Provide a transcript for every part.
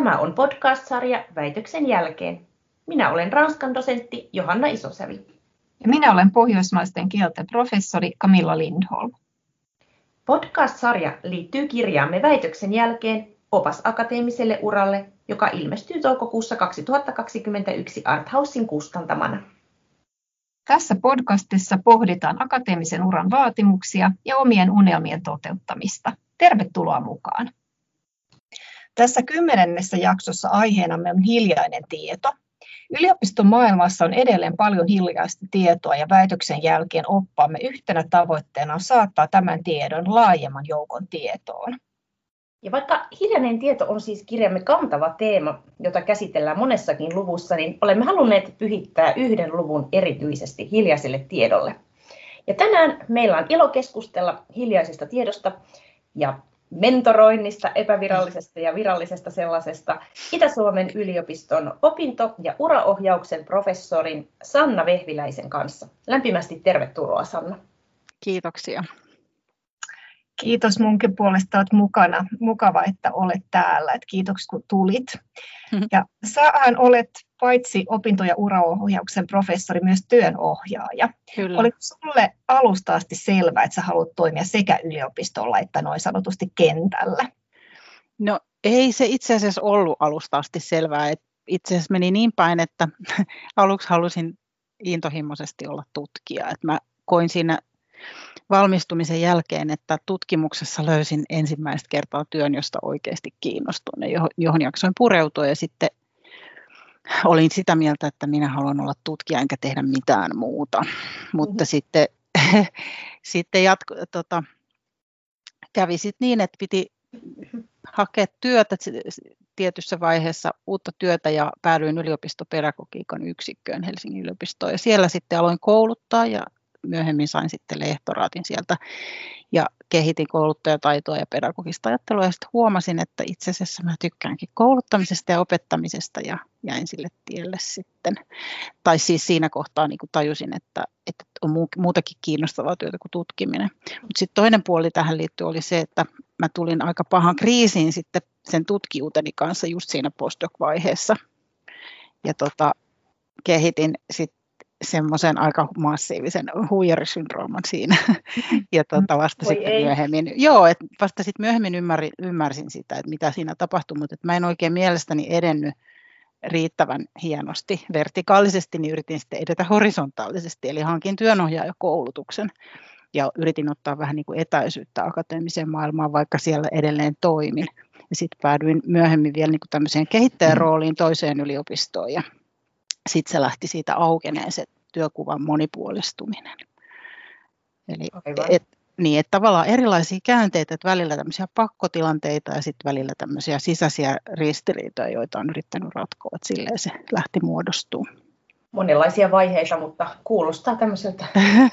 Tämä on podcast-sarja Väitöksen jälkeen. Minä olen ranskan dosentti Johanna Isosävi. Ja minä olen pohjoismaisten kielten professori Camilla Lindholm. Podcast-sarja liittyy kirjaamme Väitöksen jälkeen opas akateemiselle uralle, joka ilmestyy toukokuussa 2021 Arthausin kustantamana. Tässä podcastissa pohditaan akateemisen uran vaatimuksia ja omien unelmien toteuttamista. Tervetuloa mukaan! Tässä 10. jaksossa aiheenamme on hiljainen tieto. Yliopiston maailmassa on edelleen paljon hiljaista tietoa ja väitöksen jälkeen oppaamme yhtenä tavoitteena on saattaa tämän tiedon laajemman joukon tietoon. Ja vaikka hiljainen tieto on siis kirjamme kantava teema, jota käsitellään monessakin luvussa, niin olemme halunneet pyhittää yhden luvun erityisesti hiljaiselle tiedolle. Ja tänään meillä on ilo keskustella hiljaisesta tiedosta ja mentoroinnista, epävirallisesta ja virallisesta sellaisesta Itä-Suomen yliopiston opinto- ja uraohjauksen professorin Sanna Vehviläisen kanssa. Lämpimästi tervetuloa, Sanna. Kiitoksia. Kiitos munkin puolesta, olet mukana. Mukava, että olet täällä. Kiitoksia, kun tulit. Ja sähän olet paitsi opinto- ja uraohjauksen professori, myös työnohjaaja. Kyllä. Oliko sinulle alusta asti selvää, että sä haluat toimia sekä yliopistolla että noin sanotusti kentällä? No ei se itse asiassa ollut alusta asti selvää. Itse asiassa meni niin päin, että aluksi halusin intohimoisesti olla tutkija. Että mä koin siinä valmistumisen jälkeen, että tutkimuksessa löysin ensimmäistä kertaa työn, josta oikeasti kiinnostuin ja johon jaksoin pureutua. Ja sitten olin sitä mieltä, että minä haluan olla tutkija enkä tehdä mitään muuta. Mutta sitten kävi sitten niin, että piti hakea työtä tietyssä vaiheessa, uutta työtä, ja päädyin yliopistopedagogiikan yksikköön Helsingin yliopistoon. Ja siellä sitten aloin kouluttaa ja myöhemmin sain sitten lehtoraatin sieltä ja kehitin kouluttajataitoa ja pedagogista ajattelua ja sitten huomasin, että itse asiassa mä tykkäänkin kouluttamisesta ja opettamisesta ja jäin sille tielle sitten. Tai siis siinä kohtaa niin kuin tajusin, että on muutakin kiinnostavaa työtä kuin tutkiminen. Mutta sitten toinen puoli tähän liittyen oli se, että mä tulin aika pahan kriisiin sitten sen tutkijuuteni kanssa just siinä postdoc-vaiheessa ja kehitin sitten semmoisen aika massiivisen huijarisyndrooman siinä. Ja vasta sitten myöhemmin, vasta sitten myöhemmin ymmärsin sitä, että mitä siinä tapahtui, mutta mä en oikein mielestäni edennyt riittävän hienosti. Vertikaalisesti niin yritin sitten edetä horisontaalisesti, eli hankin työnohjaajakoulutuksen ja yritin ottaa vähän niin kuin etäisyyttä akateemiseen maailmaan, vaikka siellä edelleen toimin. Ja sitten päädyin myöhemmin vielä niin kuin tämmöiseen kehittäjän rooliin toiseen yliopistoon ja sitten se lähti siitä aukeneen se työkuvan monipuolistuminen. Eli että tavallaan erilaisia käänteitä, että välillä tämmöisiä pakkotilanteita ja sitten välillä tämmöisiä sisäisiä ristiriitoja, joita on yrittänyt ratkoa, että silleen se lähti muodostumaan. Monenlaisia vaiheita, mutta kuulostaa tämmöiseltä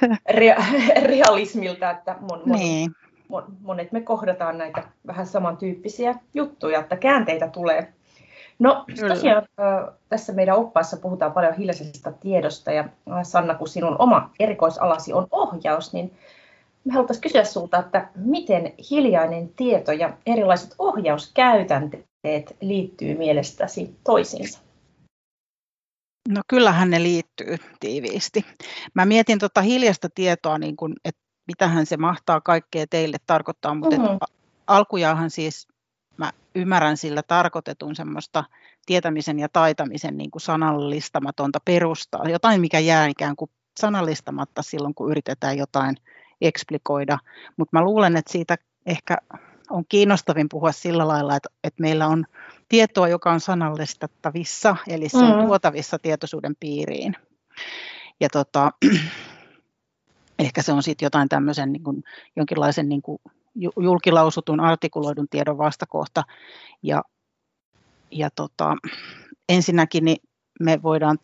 realismilta, että monet me kohdataan näitä vähän samantyyppisiä juttuja, että käänteitä tulee. No tosiaan tässä meidän oppaassa puhutaan paljon hiljaisesta tiedosta ja Sanna, kun sinun oma erikoisalasi on ohjaus, niin me haluttaisiin kysyä sinulta, että miten hiljainen tieto ja erilaiset ohjauskäytänteet liittyy mielestäsi toisiinsa? No kyllähän ne liittyy tiiviisti. Mä mietin hiljaista tietoa, niin kun, että mitähän se mahtaa kaikkea teille tarkoittaa, mutta alkujaanhan siis mä ymmärrän sillä tarkoitetun semmoista tietämisen ja taitamisen niin kuin sanallistamatonta perustaa, jotain mikä jää ikään kuin sanallistamatta silloin, kun yritetään jotain eksplikoida, mutta mä luulen, että siitä ehkä on kiinnostavin puhua sillä lailla, että meillä on tietoa, joka on sanallistettavissa, eli se on tuotavissa tietoisuuden piiriin. Ja ehkä se on sitten jotain tämmöisen niin kuin, jonkinlaisen niin kuin julkilausutun, artikuloidun tiedon vastakohta. Ja ensinnäkin niin me voidaan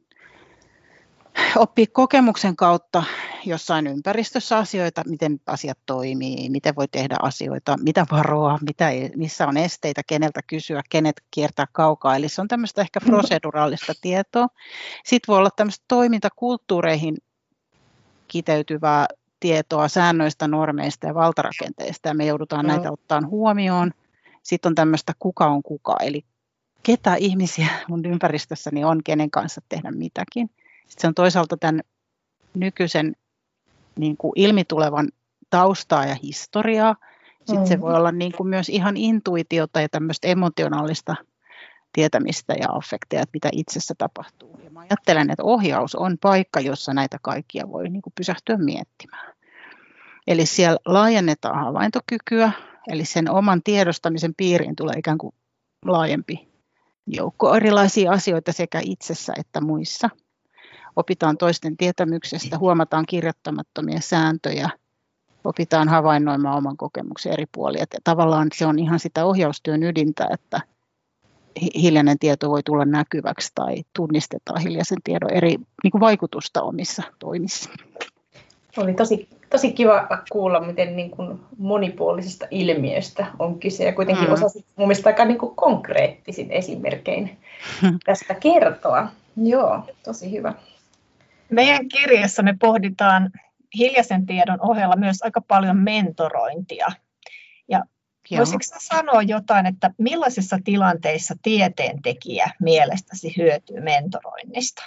oppia kokemuksen kautta jossain ympäristössä asioita, miten asiat toimii, miten voi tehdä asioita, mitä varoa, missä on esteitä, keneltä kysyä, kenet kiertää kaukaa. Eli se on tämmöistä ehkä proseduraalista tietoa. Sitten voi olla tämmöistä toimintakulttuureihin kiteytyvää tietoa säännöistä, normeista ja valtarakenteista, ja me joudutaan näitä ottamaan huomioon. Sitten on tämmöistä kuka on kuka, eli ketä ihmisiä mun ympäristössäni on, kenen kanssa tehdä mitäkin. Sitten se on toisaalta tämän nykyisen niin kuin ilmitulevan taustaa ja historiaa. Sitten se voi olla niin kuin myös ihan intuitiota ja tämmöistä emotionaalista tietämistä ja affekteja, että mitä itsessä tapahtuu. Ja mä ajattelen, että ohjaus on paikka, jossa näitä kaikkia voi niin kuin pysähtyä miettimään. Eli siellä laajennetaan havaintokykyä, eli sen oman tiedostamisen piiriin tulee ikään kuin laajempi joukko erilaisia asioita sekä itsessä että muissa. Opitaan toisten tietämyksestä, huomataan kirjoittamattomia sääntöjä, opitaan havainnoimaan oman kokemuksen eri puolia. Että tavallaan se on ihan sitä ohjaustyön ydintä, että hiljainen tieto voi tulla näkyväksi tai tunnistetaan hiljaisen tiedon eri niin kuin vaikutusta omissa toimissa. Oli tosi kiva kuulla, miten niin kuin monipuolisesta ilmiöstä on kyse ja kuitenkin osasit mun mielestä aika niin kuin konkreettisin esimerkein tästä kertoa. Joo, tosi hyvä. Meidän kirjassa me pohditaan hiljaisen tiedon ohella myös aika paljon mentorointia. Ja voisitko sanoa jotain, että millaisissa tilanteissa tieteentekijä mielestäsi hyötyy mentoroinnista?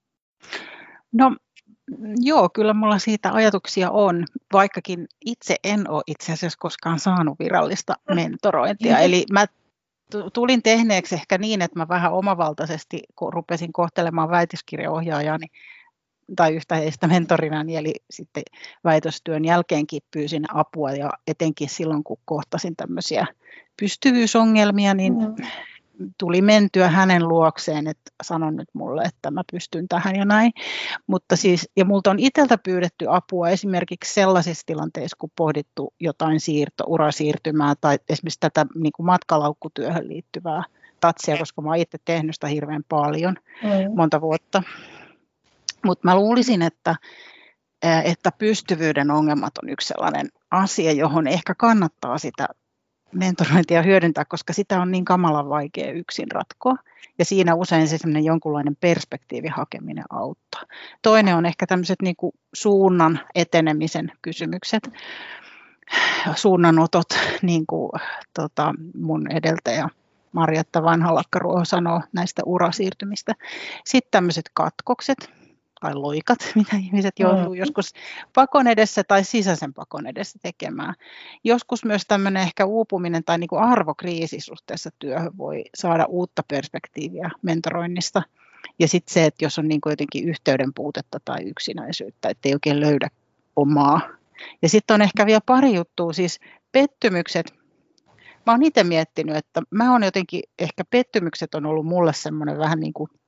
No joo, kyllä mulla siitä ajatuksia on, vaikkakin itse en ole itse asiassa koskaan saanut virallista mentorointia. Eli mä tulin tehneeksi ehkä niin, että mä vähän omavaltaisesti rupesin kohtelemaan väitöskirjaohjaajani tai yhtä heistä mentorinani, eli sitten väitöstyön jälkeenkin pyysin apua ja etenkin silloin, kun kohtasin tämmöisiä pystyvyysongelmia, niin tuli mentyä hänen luokseen, että sanon nyt mulle, että mä pystyn tähän ja näin. Mutta siis, ja multa on itseltä pyydetty apua esimerkiksi sellaisissa tilanteissa, kun pohdittu jotain urasiirtymää tai esimerkiksi tätä niin kuin matkalaukkutyöhön liittyvää tatsia, koska mä oon itse tehnyt sitä hirveän paljon, monta vuotta. Mutta mä luulisin, että pystyvyyden ongelmat on yksi sellainen asia, johon ehkä kannattaa sitä mentorointia hyödyntää, koska sitä on niin kamalan vaikea yksin ratkoa. Ja siinä usein se sellainen jonkunlainen perspektiivin hakeminen auttaa. Toinen on ehkä tämmöiset niin kuin suunnan etenemisen kysymykset, suunnanotot, niin kuin mun edeltäjä Marjatta Vanhalakkaruoho sanoo näistä urasiirtymistä. Sitten tämmöiset katkokset tai loikat, mitä ihmiset joutuu joskus pakon edessä tai sisäisen pakon edessä tekemään. Joskus myös tämmöinen ehkä uupuminen tai niin kuin arvokriisi suhteessa työhön voi saada uutta perspektiiviä mentoroinnista. Ja sitten se, että jos on niin kuin jotenkin yhteyden puutetta tai yksinäisyyttä, ettei oikein löydä omaa. Ja sitten on ehkä vielä pari juttua, siis pettymykset. Mä oon itse miettinyt, että mä oon jotenkin, ehkä pettymykset on ollut mulle semmoinen vähän niin kuin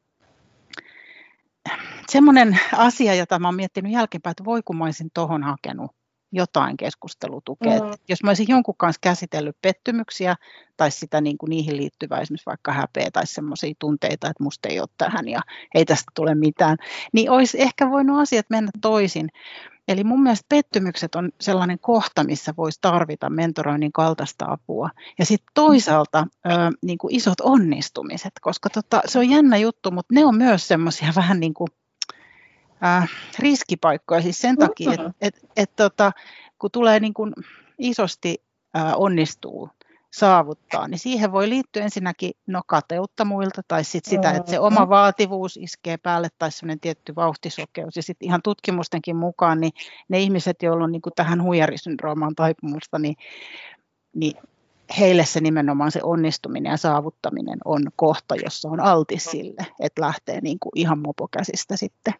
semmoinen asia, jota mä oon miettinyt jälkeenpäin, että voi kun mä olisin tohon hakenut jotain keskustelutukea. Jos mä olisin jonkun kanssa käsitellyt pettymyksiä tai sitä niin kuin niihin liittyvää esimerkiksi vaikka häpeä tai semmoisia tunteita, että musta ei ole tähän ja ei tästä tule mitään, niin olisi ehkä voinut asiat mennä toisin. Eli mun mielestä pettymykset on sellainen kohta, missä voisi tarvita mentoroinnin kaltaista apua. Ja sitten toisaalta niin kuin isot onnistumiset, koska se on jännä juttu, mutta ne on myös semmoisia vähän niin kuin riskipaikkoja. Siis sen takia, että kun tulee niin kuin isosti onnistuu saavuttaa, niin siihen voi liittyä ensinnäkin kateutta muilta tai sitä, että se oma vaativuus iskee päälle tai sellainen tietty vauhtisokeus. Ja sitten ihan tutkimustenkin mukaan niin ne ihmiset, joilla on niin kuin tähän huijarisyndroomaan taipumusta, niin heille se nimenomaan se onnistuminen ja saavuttaminen on kohta, jossa on altis sille, että lähtee niin kuin ihan mopokäsistä sitten.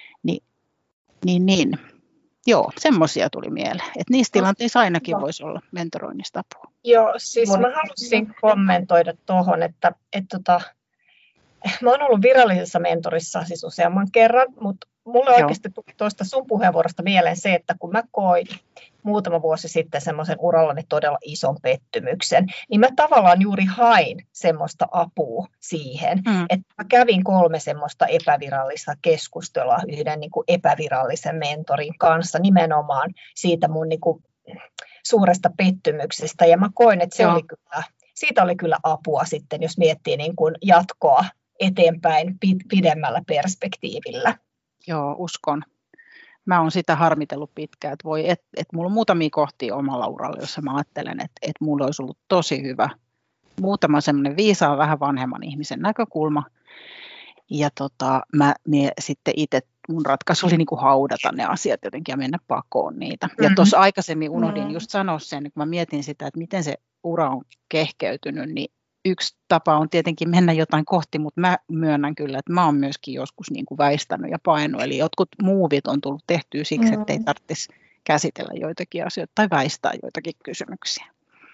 Niin. Joo, semmoisia tuli mieleen, että niissä tilanteissa ainakin voisi olla mentoroinnista apua. Joo, siis mä haluaisin kommentoida tuohon, että mä oon ollut virallisessa mentorissa siis useamman kerran, mutta mulle oikeasti tuli tuosta sun puheenvuorosta mieleen se, että kun mä koin muutama vuosi sitten semmoisen urallani todella ison pettymyksen, niin mä tavallaan juuri hain semmoista apua siihen, että mä kävin 3 semmoista epävirallista keskustelua yhden niin kuin epävirallisen mentorin kanssa nimenomaan siitä mun niin kuin suuresta pettymyksestä, ja mä koin, että siitä oli kyllä apua sitten, jos miettii niin kuin jatkoa eteenpäin pidemmällä perspektiivillä. Joo, uskon. Mä oon sitä harmitellut pitkään, että mulla on muutamia kohtia omalla uralla, jossa mä ajattelen, että mulla olisi ollut tosi hyvä muutama semmoinen viisaan vähän vanhemman ihmisen näkökulma. Ja sitten itse mun ratkaisu oli niin kuin haudata ne asiat jotenkin ja mennä pakoon niitä. Ja tuossa aikaisemmin unohdin just sanoa sen, kun mä mietin sitä, että miten se ura on kehkeytynyt, niin yksi tapa on tietenkin mennä jotain kohti, mutta mä myönnän kyllä, että mä oon myöskin joskus niin kuin väistänyt ja painut. Eli jotkut muuvit on tullut tehtyä siksi, että ei tarvitsisi käsitellä joitakin asioita tai väistää joitakin kysymyksiä.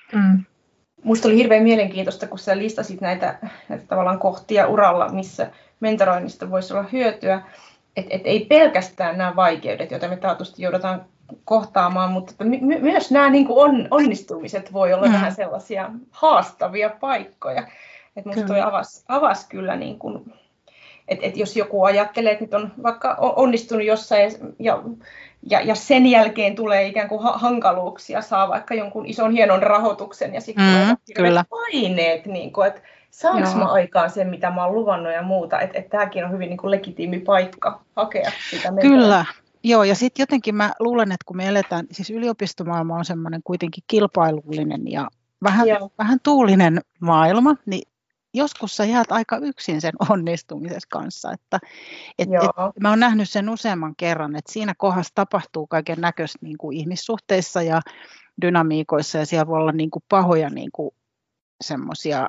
Musta oli hirveän mielenkiintoista, kun sä listasit näitä tavallaan kohtia uralla, missä mentoroinnista voisi olla hyötyä. Että ei pelkästään nämä vaikeudet, joita me taatusti joudutaan kohtaamaan, mutta myös nämä niin kuin onnistumiset voi olla vähän sellaisia haastavia paikkoja. Että musta toi avasi kyllä, niin kuin, että jos joku ajattelee, että nyt on vaikka onnistunut jossain ja sen jälkeen tulee ikään kuin hankaluuksia, saa vaikka jonkun ison hienon rahoituksen ja sitten tulee paineet, niin kuin, että saanko mä aikaan sen, mitä mä oon luvannut ja muuta, että tämäkin on hyvin niin kuin legitiimi paikka hakea sitä mentoa. Kyllä, joo, ja sitten jotenkin mä luulen, että kun me eletään, siis yliopistomaailma on semmoinen kuitenkin kilpailullinen ja vähän tuulinen maailma, niin joskus sä jäät aika yksin sen onnistumisessa kanssa, että mä oon nähnyt sen useamman kerran, että siinä kohdassa tapahtuu kaiken näköistä niin kuin ihmissuhteissa ja dynamiikoissa ja siellä voi olla niin kuin pahoja niin kuin semmoisia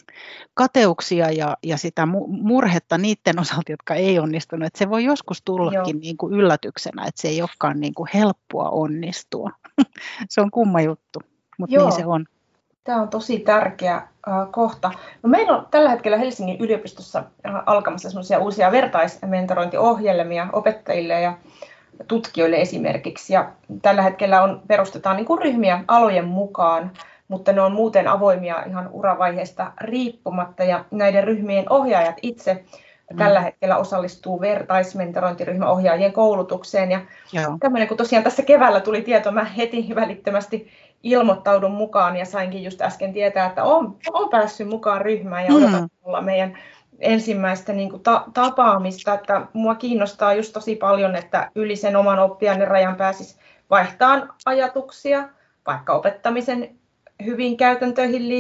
kateuksia ja sitä murhetta niiden osalta, jotka ei onnistunut, että se voi joskus tullakin niin kuin yllätyksenä, että se ei olekaan niin kuin helppoa onnistua. Se on kumma juttu, mutta niin se on. Tämä on tosi tärkeä kohta. No, meillä on tällä hetkellä Helsingin yliopistossa alkamassa semmoisia uusia vertaismentorointiohjelmia opettajille ja tutkijoille esimerkiksi. Ja tällä hetkellä perustetaan niin kuin ryhmiä alojen mukaan, mutta ne on muuten avoimia ihan uravaiheesta riippumatta. Ja näiden ryhmien ohjaajat itse tällä hetkellä osallistuu vertaismentorointiryhmäohjaajien koulutukseen. Ja tämmöinen, kun tosiaan tässä keväällä tuli tieto, mä heti välittömästi ilmoittaudun mukaan ja sainkin just äsken tietää, että olen päässyt mukaan ryhmään ja odotan olla meidän ensimmäistä niin kuin tapaamista. Että mua kiinnostaa just tosi paljon, että yli sen oman oppiaineen rajan pääsisi vaihtamaan ajatuksia, vaikka opettamisen hyviin käytäntöihin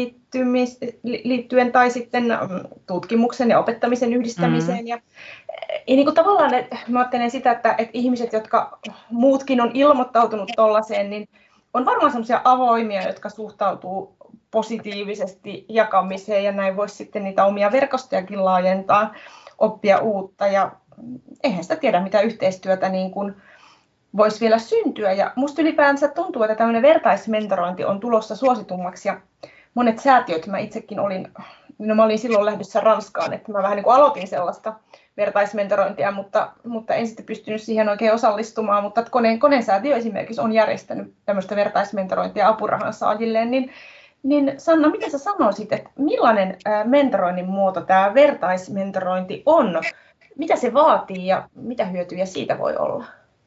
liittyen tai sitten tutkimuksen ja opettamisen yhdistämiseen. Ja niin kuin tavallaan, mä ajattelen sitä, että ihmiset, jotka muutkin on ilmoittautunut tuollaiseen, niin on varmaan sellaisia avoimia, jotka suhtautuu positiivisesti jakamiseen ja näin voisi sitten niitä omia verkostojakin laajentaa, oppia uutta ja eihän sitä tiedä, mitä yhteistyötä niin kuin voisi vielä syntyä. Ja musta ylipäänsä tuntuu, että tämmöinen vertaismentorointi on tulossa suositummaksi ja monet säätiöt, mä itsekin mä olin silloin lähdössä Ranskaan, että mä vähän niin kuin aloitin sellaista vertaismentorointia, mutta en sitten pystynyt siihen oikein osallistumaan, mutta Koneen säätiö esimerkiksi on järjestänyt tämmöistä vertaismentorointia apurahan saajilleen, niin Sanna, mitä sä sanoisit, että millainen mentoroinnin muoto tämä vertaismentorointi on? Mitä se vaatii ja mitä hyötyjä siitä voi olla?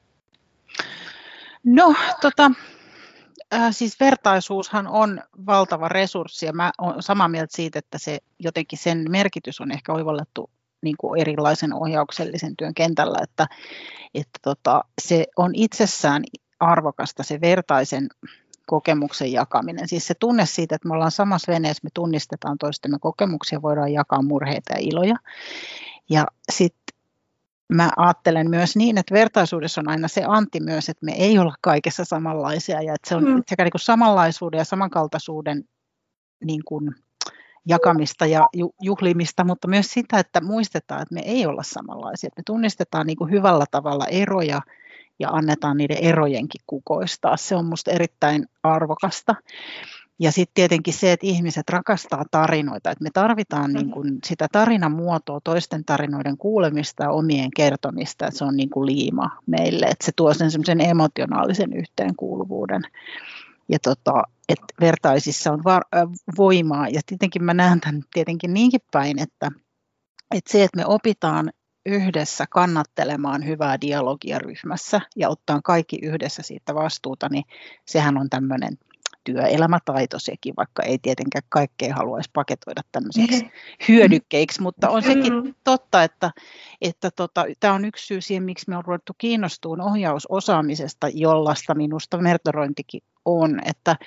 No, siis vertaisuushan on valtava resurssi ja mä olen samaa mieltä siitä, että se jotenkin sen merkitys on ehkä oivallettu niin kuin erilaisen ohjauksellisen työn kentällä, että se on itsessään arvokasta se vertaisen kokemuksen jakaminen. Siis se tunne siitä, että me ollaan samassa veneessä, me tunnistetaan toistemme kokemuksia, voidaan jakaa murheita ja iloja. Ja sitten mä ajattelen myös niin, että vertaisuudessa on aina se anti myös, että me ei olla kaikessa samanlaisia ja että se on sekä niin kuin samanlaisuuden ja samankaltaisuuden niin kuin jakamista ja juhlimista, mutta myös sitä, että muistetaan, että me ei olla samanlaisia. Että me tunnistetaan niin kuin hyvällä tavalla eroja ja annetaan niiden erojenkin kukoistaa. Se on minusta erittäin arvokasta. Ja sitten tietenkin se, että ihmiset rakastaa tarinoita, että me tarvitaan niin kuin sitä tarinan muotoa, toisten tarinoiden kuulemista ja omien kertomista, että se on niin kuin liima meille, että se tuo sen semmoisen emotionaalisen yhteenkuuluvuuden. Ja että vertaisissa on voimaa ja tietenkin mä näen tämän tietenkin niinkin päin, että se, että me opitaan yhdessä kannattelemaan hyvää dialogia ryhmässä ja ottaa kaikki yhdessä siitä vastuuta, niin sehän on tämmöinen työelämätaito sekin, vaikka ei tietenkään kaikkea haluaisi paketoida tämmöisiksi hyödykkeiksi, mutta on sekin totta, että tämä on yksi syy siihen, miksi me on ruvettu kiinnostumaan ohjausosaamisesta, jollaista minusta mentorointikin on, että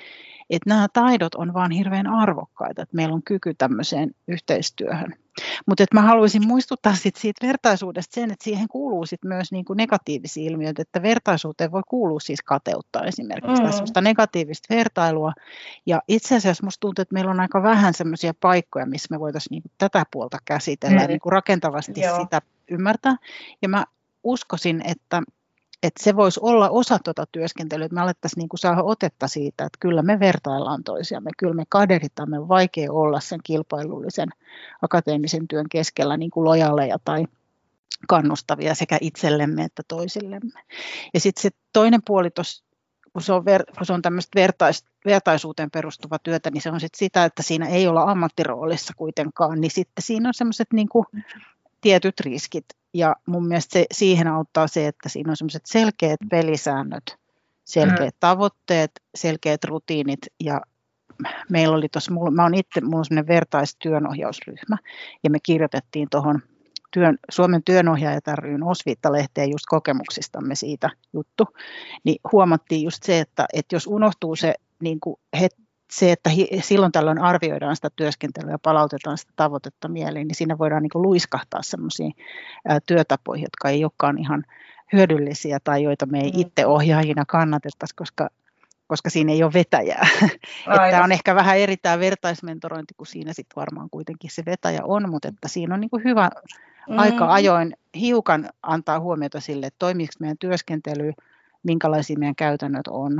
Että nämä taidot on vaan hirveän arvokkaita, että meillä on kyky tämmöiseen yhteistyöhön. Mutta mä haluaisin muistuttaa siitä vertaisuudesta sen, että siihen kuuluu sit myös niinku negatiivisia ilmiöitä, että vertaisuuteen voi kuulua siis kateutta esimerkiksi, tai sellaista negatiivista vertailua. Ja itse asiassa musta tuntuu, että meillä on aika vähän sellaisia paikkoja, missä me voitaisiin niinku tätä puolta käsitellä ja niinku rakentavasti sitä ymmärtää. Ja mä uskoisin, että se voisi olla osa tuota työskentelyä, että me alettaisiin niinku saada otetta siitä, että kyllä me vertaillaan toisiamme, kyllä me kadehditaan, me on vaikea olla sen kilpailullisen akateemisen työn keskellä niinku lojaaleja tai kannustavia sekä itsellemme että toisillemme. Ja sitten se toinen puoli tuossa, kun se on tämmöistä vertaisuuteen perustuvaa työtä, niin se on sitten sitä, että siinä ei olla ammattiroolissa kuitenkaan, niin sitten siinä on semmoiset niinku tietyt riskit. Ja mun mielestä siihen auttaa se, että siinä on semmoiset selkeät pelisäännöt, selkeät tavoitteet, selkeät rutiinit. Ja meillä oli tuossa, mulla on semmoinen vertaistyönohjausryhmä, ja me kirjoitettiin tuohon Suomen työnohjaajat ryn Osviitta-lehteen just kokemuksistamme siitä juttu. Niin huomattiin just se, että jos unohtuu se niin kuin se, että silloin tällöin arvioidaan sitä työskentelyä ja palautetaan sitä tavoitetta mieleen, niin siinä voidaan niin kuin luiskahtaa sellaisiin työtapoihin, jotka ei olekaan ihan hyödyllisiä tai joita me ei itse ohjaajina kannatettaisi, koska siinä ei ole vetäjää. Tämä on ehkä vähän eri tämä vertaismentorointi, kun siinä sitten varmaan kuitenkin se vetäjä on, mutta että siinä on niin kuin hyvä aika ajoin hiukan antaa huomiota sille, että toimiiko meidän työskentely, minkälaisia meidän käytännöt on.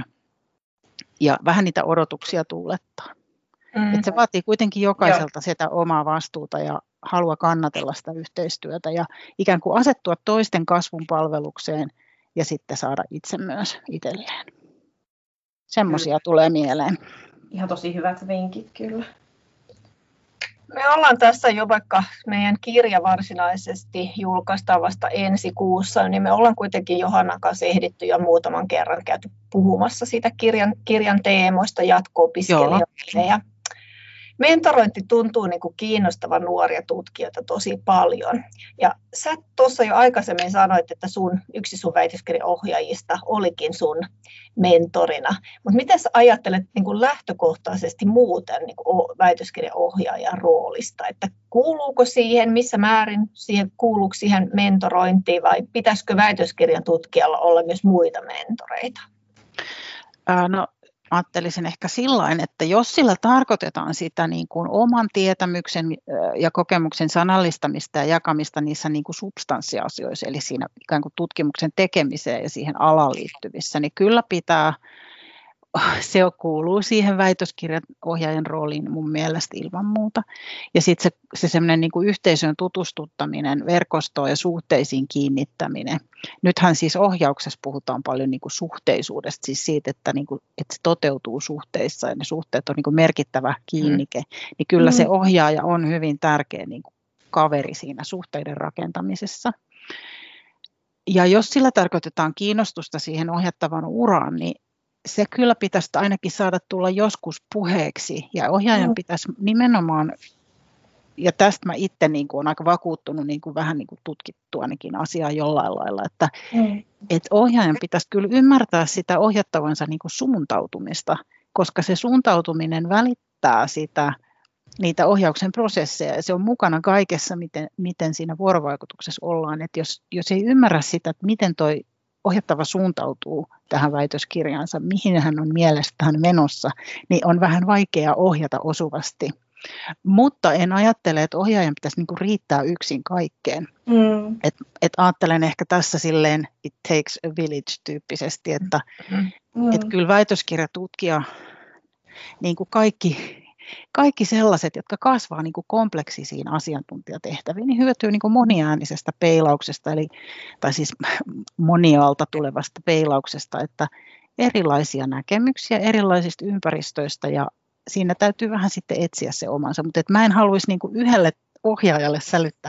Ja vähän niitä odotuksia tuulettaa. Että se vaatii kuitenkin jokaiselta sitä omaa vastuuta ja halua kannatella sitä yhteistyötä ja ikään kuin asettua toisten kasvun palvelukseen ja sitten saada itse myös itselleen. Semmoisia tulee mieleen. Ihan tosi hyvät vinkit kyllä. Me ollaan tässä jo, vaikka meidän kirja varsinaisesti julkaistaan vasta ensi kuussa, niin me ollaan kuitenkin Johannan kanssa ehditty jo muutaman kerran käyty puhumassa siitä kirjan teemoista jatko-opiskelijoille. Ja mentorointi tuntuu niin kuin kiinnostavan nuoria tutkijoita tosi paljon. Ja sä tuossa jo aikaisemmin sanoit, että yksi sun väitöskirjan ohjaajista olikin sun mentorina. Mutta miten sä ajattelet niin kuin lähtökohtaisesti muuten niin kuin väitöskirjan ohjaajan roolista? Että kuuluuko siihen, missä määrin kuuluuko siihen mentorointiin vai pitäisikö väitöskirjan tutkijalla olla myös muita mentoreita? No, ajattelisin ehkä sillain, että jos sillä tarkoitetaan sitä niin kuin oman tietämyksen ja kokemuksen sanallistamista ja jakamista niissä niin kuin substanssiasioissa, eli siinä ikään kuin tutkimuksen tekemiseen ja siihen alaan liittyvissä, niin kyllä pitää, se kuuluu siihen väitöskirjan ohjaajan rooliin mun mielestä ilman muuta. Ja sitten se semmoinen niin kuin yhteisön tutustuttaminen, verkostoon ja suhteisiin kiinnittäminen. Nythän siis ohjauksessa puhutaan paljon niin kuin suhteisuudesta, siis siitä, että, niin kuin, että se toteutuu suhteissa ja ne suhteet on niin kuin merkittävä kiinnike. Niin kyllä se ohjaaja on hyvin tärkeä niin kuin kaveri siinä suhteiden rakentamisessa. Ja jos sillä tarkoitetaan kiinnostusta siihen ohjattavan uraan, niin se kyllä pitäisi ainakin saada tulla joskus puheeksi ja ohjaajan pitäisi nimenomaan, ja tästä mä itse niin kuin olen aika vakuuttunut niin kuin vähän niin kuin tutkittuanikin asiaa jollain lailla, että ohjaajan pitäisi kyllä ymmärtää sitä ohjattavansa niin kuin suuntautumista, koska se suuntautuminen välittää niitä ohjauksen prosesseja ja se on mukana kaikessa, miten siinä vuorovaikutuksessa ollaan, että jos ei ymmärrä sitä, että miten toi ohjattava suuntautuu tähän väitöskirjaansa, mihin hän on mielestään menossa, niin on vähän vaikea ohjata osuvasti. Mutta en ajattele, että ohjaajan pitäisi niinku riittää yksin kaikkeen. Et ajattelen ehkä tässä silleen it takes a village -tyyppisesti, että et kyllä väitöskirjatutkija, niin kuin kaikki sellaiset, jotka kasvaa niin kuin kompleksisiin asiantuntijatehtäviin, niin hyötyy niin kuin moniäänisestä peilauksesta, tai siis monialta tulevasta peilauksesta, että erilaisia näkemyksiä erilaisista ympäristöistä, ja siinä täytyy vähän sitten etsiä se omansa, mutta et mä en haluaisi niin kuin yhdelle ohjaajalle sälyttää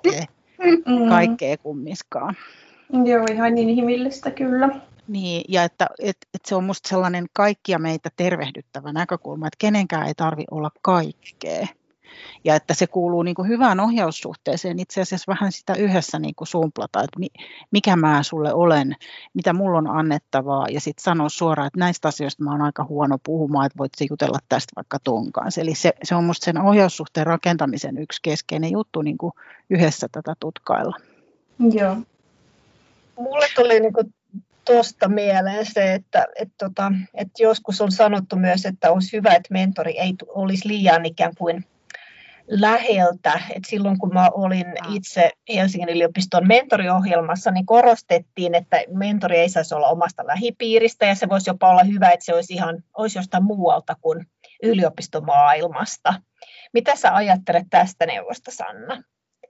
kaikkea kummiskaan. Joo, ihan niin inhimillistä kyllä. Niin, ja että se on musta sellainen kaikkia meitä tervehdyttävä näkökulma, että kenenkään ei tarvitse olla kaikkea. Ja että se kuuluu niin kuin hyvään ohjaussuhteeseen itse asiassa vähän sitä yhdessä niin kuin sumplata, että mikä mä sulle olen, mitä mulla on annettavaa, ja sitten sanoa suoraan, että näistä asioista mä oon aika huono puhumaan, että voit se jutella tästä vaikka ton kanssa. Eli se on musta sen ohjaussuhteen rakentamisen yksi keskeinen juttu niin kuin yhdessä tätä tutkailla. Joo. Mulle tuli tuosta mieleen se, että joskus on sanottu myös, että olisi hyvä, että mentori ei olisi liian ikään kuin läheltä. Et silloin kun mä olin itse Helsingin yliopiston mentoriohjelmassa, niin korostettiin, että mentori ei saisi olla omasta lähipiiristä ja se voisi jopa olla hyvä, että se olisi jostain muualta kuin yliopistomaailmasta. Mitä sä ajattelet tästä neuvosta, Sanna?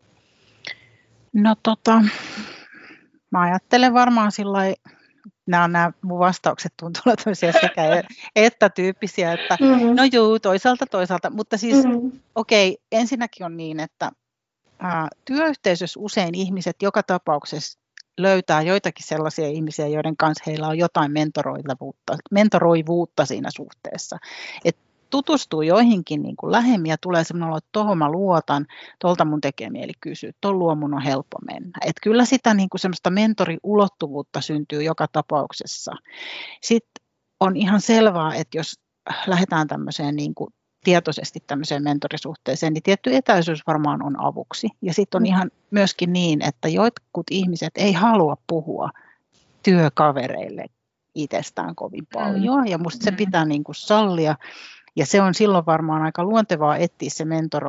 No mä ajattelen varmaan sillai, nämä mun vastaukset tuntuu olla sekä että tyyppisiä, että no juu, toisaalta, mutta siis okei, ensinnäkin on niin, että työyhteisössä usein ihmiset joka tapauksessa löytää joitakin sellaisia ihmisiä, joiden kanssa heillä on jotain mentoroivuutta siinä suhteessa. Et tutustuu joihinkin niin kuin lähemmin ja tulee sellainen olo, että tohon mä luotan, tuolta mun tekee mieli kysyä, tuon luo mun on helppo mennä. Et kyllä sitä niin kuin semmoista mentoriulottuvuutta syntyy joka tapauksessa. Sitten on ihan selvää, että jos lähdetään tämmöiseen niin kuin tietoisesti tämmöiseen mentorisuhteeseen, niin tietty etäisyys varmaan on avuksi. Ja sitten on ihan myöskin niin, että jotkut ihmiset ei halua puhua työkavereille itsestään kovin paljon, ja musta se pitää niin kuin sallia. Ja se on silloin varmaan aika luontevaa etsiä se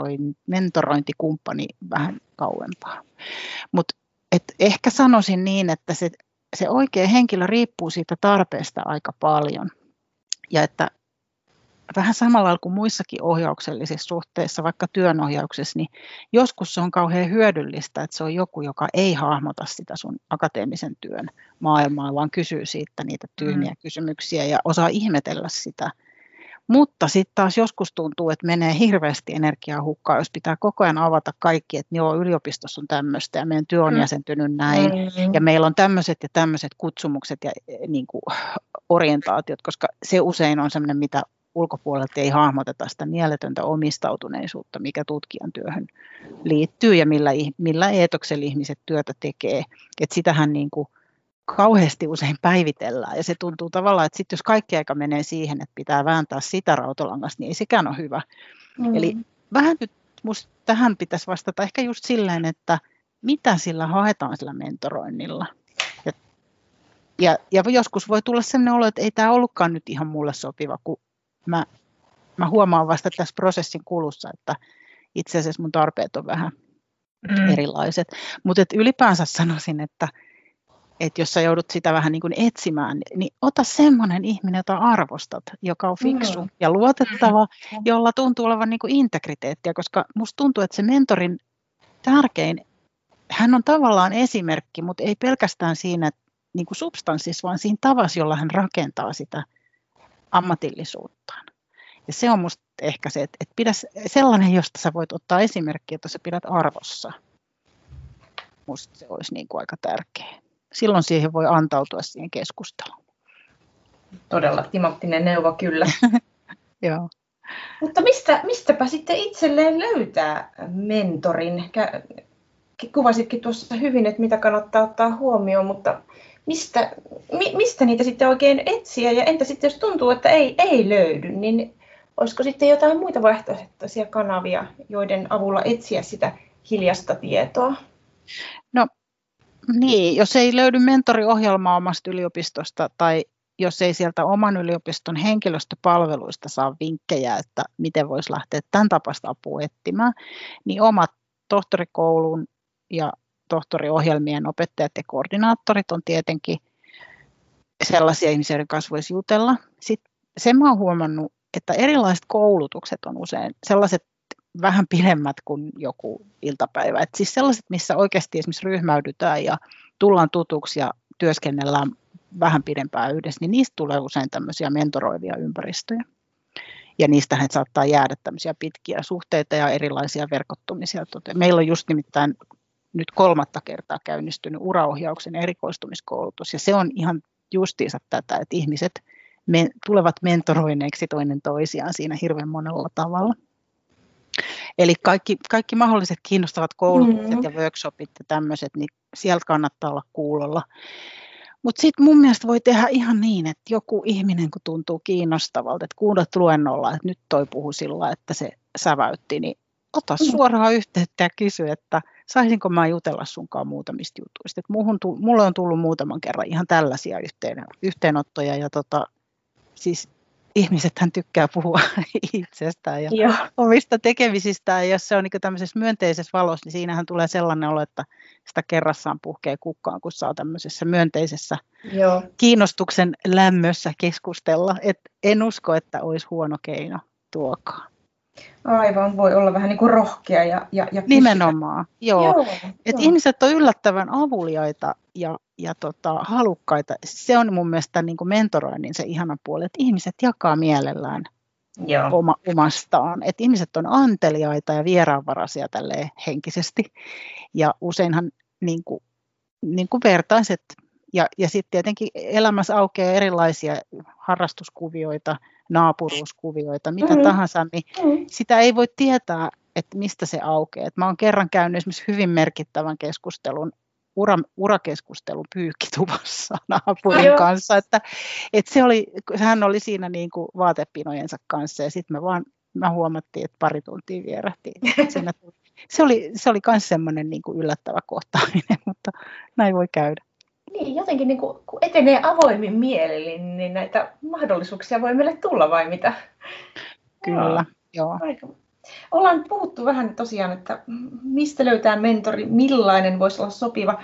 mentorointikumppani vähän kauempaa. Mutta ehkä sanoisin niin, että se oikea henkilö riippuu siitä tarpeesta aika paljon. Ja että vähän samalla lailla kuin muissakin ohjauksellisissa suhteissa, vaikka työnohjauksessa, niin joskus se on kauhean hyödyllistä, että se on joku, joka ei hahmota sitä sun akateemisen työn maailmaa, vaan kysyy siitä niitä tyhmiä kysymyksiä ja osaa ihmetellä sitä. Mutta sitten taas joskus tuntuu, että menee hirveästi energiaa hukkaan, jos pitää koko ajan avata kaikki, että joo, yliopistossa on tämmöistä ja meidän työ on jäsentynyt näin ja meillä on tämmöiset ja tämmöiset kutsumukset ja niin kuin orientaatiot, koska se usein on semmoinen, mitä ulkopuolelta ei hahmoteta sitä mieletöntä omistautuneisuutta, mikä tutkijan työhön liittyy ja millä eetoksella ihmiset työtä tekee. Että sitähän niin kuin kauheasti usein päivitellään ja se tuntuu tavallaan, että sitten jos kaikki aika menee siihen, että pitää vääntää sitä rautalangasta, niin ei sekään ole hyvä. Eli vähän nyt musta tähän pitäisi vastata ehkä just silleen, että mitä sillä haetaan sillä mentoroinnilla. Ja joskus voi tulla sellainen olo, että ei tämä ollutkaan nyt ihan mulle sopiva, kun mä huomaan vasta tässä prosessin kulussa, että itse asiassa mun tarpeet on vähän erilaiset. Mutta ylipäänsä sanoisin, että jos sä joudut sitä vähän niin kuin etsimään, niin ota semmoinen ihminen, jota arvostat, joka on fiksu ja luotettava, jolla tuntuu olevan niin kuin integriteettiä, koska musta tuntuu, että se mentorin tärkein, hän on tavallaan esimerkki, mutta ei pelkästään siinä niin kuin substanssissa, vaan siinä tavassa, jolla hän rakentaa sitä ammatillisuuttaan. Ja se on musta ehkä se, että pidä sellainen, josta sä voit ottaa esimerkkiä, jota sä pidät arvossa. Musta se olisi niin kuin aika tärkeä. Silloin siihen voi antautua siihen keskusteluun. Todella timanttinen neuvo kyllä. Joo. Mutta mistäpä sitten itselleen löytää mentorin? Kuvasitkin tuossa hyvin, että mitä kannattaa ottaa huomioon, mutta mistä niitä sitten oikein etsiä? Ja entä sitten jos tuntuu, että ei löydy, niin olisiko sitten jotain muita vaihtoehtoisia kanavia, joiden avulla etsiä sitä hiljasta tietoa? No niin, jos ei löydy mentoriohjelmaa omasta yliopistosta tai jos ei sieltä oman yliopiston henkilöstöpalveluista saa vinkkejä, että miten voisi lähteä tämän tapaista apua etsimään, niin omat tohtorikoulun ja tohtoriohjelmien opettajat ja koordinaattorit on tietenkin sellaisia ihmisiä, joiden kanssa voisi jutella. Sitten sen mä oon huomannut, että erilaiset koulutukset on usein sellaiset vähän pidemmät kuin joku iltapäivä. Et siis sellaiset, missä oikeasti esimerkiksi ryhmäydytään ja tullaan tutuksi ja työskennellään vähän pidempään yhdessä, niin niistä tulee usein tämmöisiä mentoroivia ympäristöjä. Ja niistähän saattaa jäädä tämmöisiä pitkiä suhteita ja erilaisia verkottumisia. Meillä on just nimittäin nyt 3. kertaa käynnistynyt uraohjauksen erikoistumiskoulutus, ja se on ihan justiinsa tätä, että ihmiset tulevat mentoroineeksi toinen toisiaan siinä hirveän monella tavalla. Eli kaikki mahdolliset kiinnostavat koulutukset ja workshopit ja tämmöiset, niin sieltä kannattaa olla kuulolla. Mutta sitten mun mielestä voi tehdä ihan niin, että joku ihminen, kun tuntuu kiinnostavalta, että kuulet luennolla, että nyt toi puhuu sillä, että se säväytti, niin ota suoraan yhteyttä ja kysy, että saisinko mä jutella sunkaan muutamista jutuista. Mulle on tullut muutaman kerran ihan tällaisia yhteenottoja ja siis ihmisethän tykkää puhua itsestään ja omista tekemisistään. Ja jos se on niin tämmöisessä myönteisessä valossa, niin siinähän tulee sellainen olo, että sitä kerrassaan puhkee kukkaan, kun saa tämmöisessä myönteisessä kiinnostuksen lämmössä keskustella. En usko, että olisi huono keino tuokaan. Aivan, voi olla vähän niin kuin rohkea ja nimenomaan, joo. Et ihmiset on yllättävän avuliaita ja halukkaita. Se on mun mielestä niin kuin mentoroinnin se ihana puoli, että ihmiset jakaa mielellään omastaan. Et ihmiset on anteliaita ja vieraanvaraisia tälleen henkisesti ja useinhan niin kuin vertaiset. Ja sitten tietenkin elämässä aukeaa erilaisia harrastuskuvioita, naapuruuskuvioita, mitä tahansa, niin sitä ei voi tietää, että mistä se aukeaa. Mä oon kerran käynyt esimerkiksi hyvin merkittävän keskustelun, urakeskustelun pyykkituvassa naapurin kanssa, että hän oli siinä niin kuin vaatepinojensa kanssa ja sitten mä huomattiin, että pari tuntia vierähtiin. Se oli myös semmoinen niin kuin yllättävä kohtaaminen, mutta näin voi käydä. Niin, jotenkin niin kun etenee avoimin mielin, niin näitä mahdollisuuksia voi meille tulla vai mitä? Kyllä, joo. Ollaan puhuttu vähän tosiaan, että mistä löytää mentori, millainen voisi olla sopiva.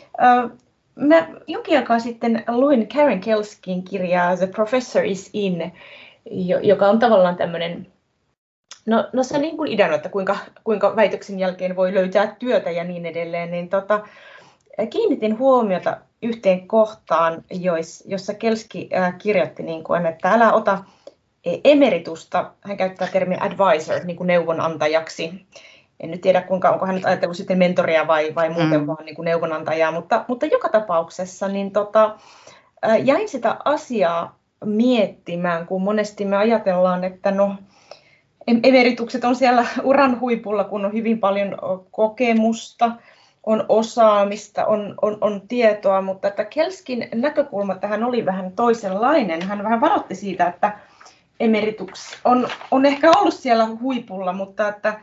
Mä jokin aikaa sitten luin Karen Kelskin kirjaa The Professor is In, joka on tavallaan tämmöinen, no se niin kuin ideana, että kuinka väitöksen jälkeen voi löytää työtä ja niin edelleen, niin kiinnitin huomiota yhteen kohtaan, jossa Kelski kirjoitti, niin kuin, että älä ota emeritusta, hän käyttää termiä advisor, niin kuin neuvonantajaksi. En nyt tiedä, onko hän nyt ajatellut sitten mentoria vai muuten vaan niin kuin neuvonantajaa, mutta joka tapauksessa niin jäin sitä asiaa miettimään, kun monesti me ajatellaan, että emeritukset on siellä uran huipulla, kun on hyvin paljon kokemusta, on osaamista, on tietoa, mutta että Kelskin näkökulma tähän oli vähän toisenlainen. Hän vähän varoitti siitä, että emeritus on ehkä ollut siellä huipulla, mutta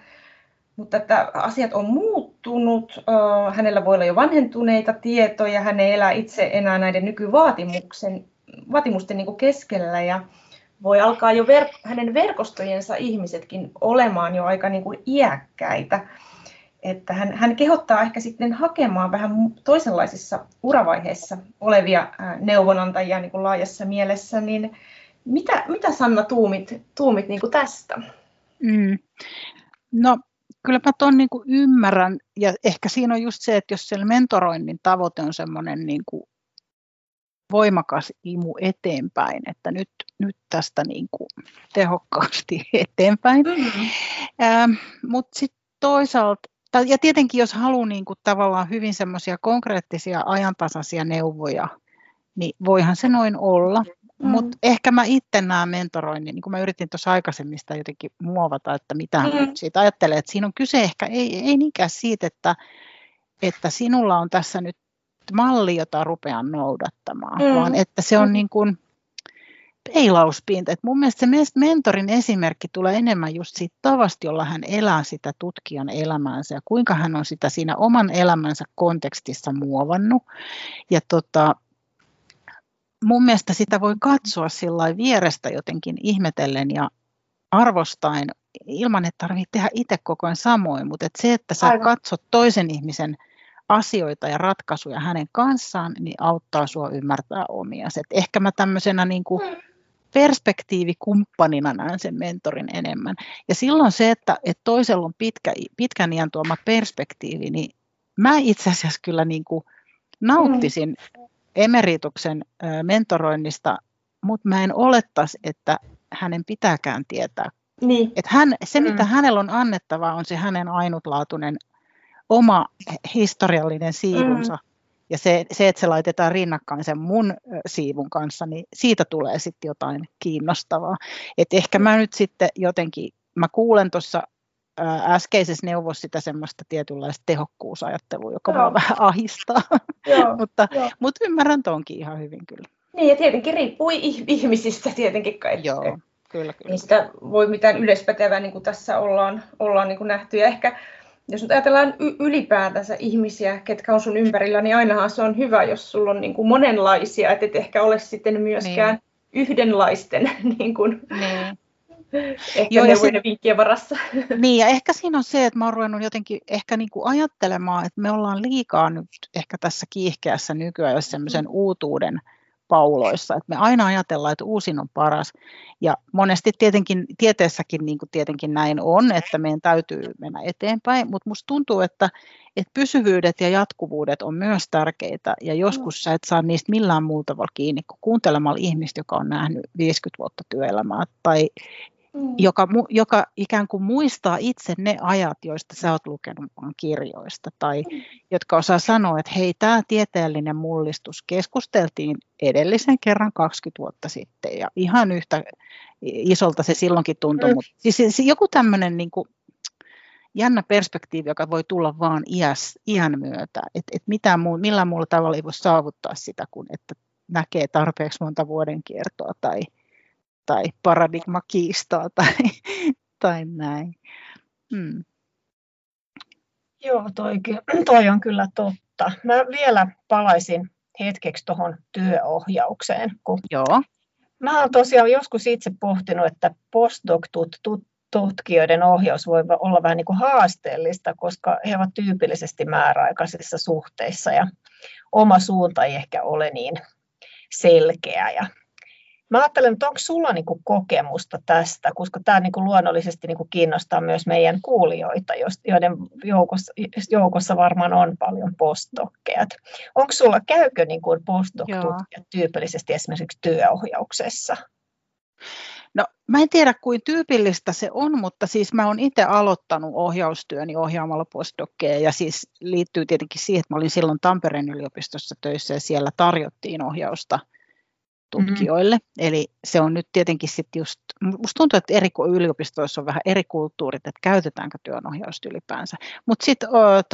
että asiat on muuttunut. Hänellä voi olla jo vanhentuneita tietoja, hän ei elä itse enää näiden nykyvaatimusten niin kuin keskellä ja voi alkaa jo hänen verkostojensa ihmisetkin olemaan jo aika niin kuin iäkkäitä. Että hän kehottaa ehkä sitten hakemaan vähän toisenlaisissa uravaiheissa olevia neuvonantajia niin kuin laajassa mielessä, niin mitä Sanna tuumit niin kuin tästä? No kyllä mä ton niin kuin ymmärrän ja ehkä siinä on just se, että jos siellä mentoroinnin tavoite on semmoinen niin kuin voimakas imu eteenpäin, että nyt tästä niin kuin tehokkaasti eteenpäin, mutta sitten toisaalta ja tietenkin, jos haluaa niin kuin tavallaan hyvin semmoisia konkreettisia ajantasaisia neuvoja, niin voihan se noin olla. Mutta ehkä mä itse näen mentoroinnin, niin kuin mä yritin tuossa aikaisemmin sitä jotenkin muovata, että mitä nyt siitä ajattelee. Että siinä on kyse ehkä ei niinkään siitä, että sinulla on tässä nyt malli, jota rupean noudattamaan, vaan että se on niin kuin peilauspinta. Et mun mielestä se mentorin esimerkki tulee enemmän just siitä tavasta, jolla hän elää sitä tutkijan elämäänsä ja kuinka hän on sitä siinä oman elämänsä kontekstissa muovannut. Ja mun mielestä sitä voi katsoa sillä vierestä jotenkin ihmetellen ja arvostaen ilman, että tarvitsee tehdä itse koko ajan samoin. Mutta se, että sä katsot toisen ihmisen asioita ja ratkaisuja hänen kanssaan, niin auttaa sua ymmärtää omia. Ehkä mä tämmöisenä niin kuin perspektiivikumppanina näen sen mentorin enemmän. Ja silloin se, että toisella on pitkän iän tuoma perspektiivi, niin mä itse asiassa kyllä niin kuin nauttisin emerituksen mentoroinnista, mutta mä en olettaisi, että hänen pitääkään tietää. Niin. Että se, mitä hänellä on annettavaa, on se hänen ainutlaatuinen oma historiallinen siivunsa. Ja se, että se laitetaan rinnakkain sen mun siivun kanssa, niin siitä tulee sitten jotain kiinnostavaa. Et ehkä mä nyt sitten jotenkin, mä kuulen tuossa äskeisessä neuvossa sitä semmoista tietynlaista tehokkuusajattelua, joka minua vähän ahistaa, mutta ymmärrän tonkin ihan hyvin kyllä. Niin, ja tietenkin riippuu ihmisistä tietenkin kaikki. Joo, kyllä. Ei sitä voi mitään yleispätevää, niin kuin tässä ollaan niin kuin nähty. Ja ehkä, jos nyt ajatellaan ylipäätänsä ihmisiä, ketkä on sun ympärillä, niin ainahan se on hyvä, jos sulla on niin kuin monenlaisia, et ehkä ole sitten myöskään yhdenlaisten niin kuin, ehkä neuvojen vinkkien varassa. Niin, ja ehkä siinä on se, että mä oon ruvennut jotenkin ehkä niin kuin ajattelemaan, että me ollaan liikaa nyt ehkä tässä kiihkeässä nykyään jos semmoisen uutuuden pauloissa, että me aina ajatellaan, että uusin on paras, ja monesti tietenkin tieteessäkin niin kuin tietenkin näin on, että meidän täytyy mennä eteenpäin, mutta musta tuntuu, että pysyvyydet ja jatkuvuudet on myös tärkeitä, ja joskus sä et saa niistä millään muulla tavalla kiinni kuin kuuntelemalla ihmistä, joka on nähnyt 50 vuotta työelämää, tai joka ikään kuin muistaa itse ne ajat, joista sä oot lukenut vaan kirjoista, tai jotka osaa sanoa, että hei, tämä tieteellinen mullistus keskusteltiin edellisen kerran 20 vuotta sitten, ja ihan yhtä isolta se silloinkin tuntui, mutta siis joku tämmöinen niin kuin jännä perspektiivi, joka voi tulla vaan iän myötä, että millään muulla tavalla ei voi saavuttaa sitä, kuin että näkee tarpeeksi monta vuodenkiertoa tai paradigmakiistaa tai näin. Joo, toi on kyllä totta. Mä vielä palaisin hetkeksi tuohon työohjaukseen. Joo. Mä oon tosiaan joskus itse pohtinut, että postdoc-tutkijoiden ohjaus voi olla vähän niin kuin haasteellista, koska he ovat tyypillisesti määräaikaisissa suhteissa ja oma suunta ei ehkä ole niin selkeä. Ja mä ajattelen, että onko sulla niinku kokemusta tästä, koska tämä niinku luonnollisesti niinku kiinnostaa myös meidän kuulijoita, joiden joukossa varmaan on paljon postdockeja. Onko sulla, käykö niinku postdoc-tutkijat tyypillisesti esimerkiksi työohjauksessa? No, mä en tiedä, kuin tyypillistä se on, mutta siis mä oon itse aloittanut ohjaustyöni ohjaamalla postdockeja, ja siis liittyy tietenkin siihen, että mä olin silloin Tampereen yliopistossa töissä, ja siellä tarjottiin ohjausta tutkijoille. Eli se on nyt tietenkin sitten just, musta tuntuu, että eri yliopistoissa on vähän eri kulttuurit, että käytetäänkö työnohjausta ylipäänsä. Mutta sitten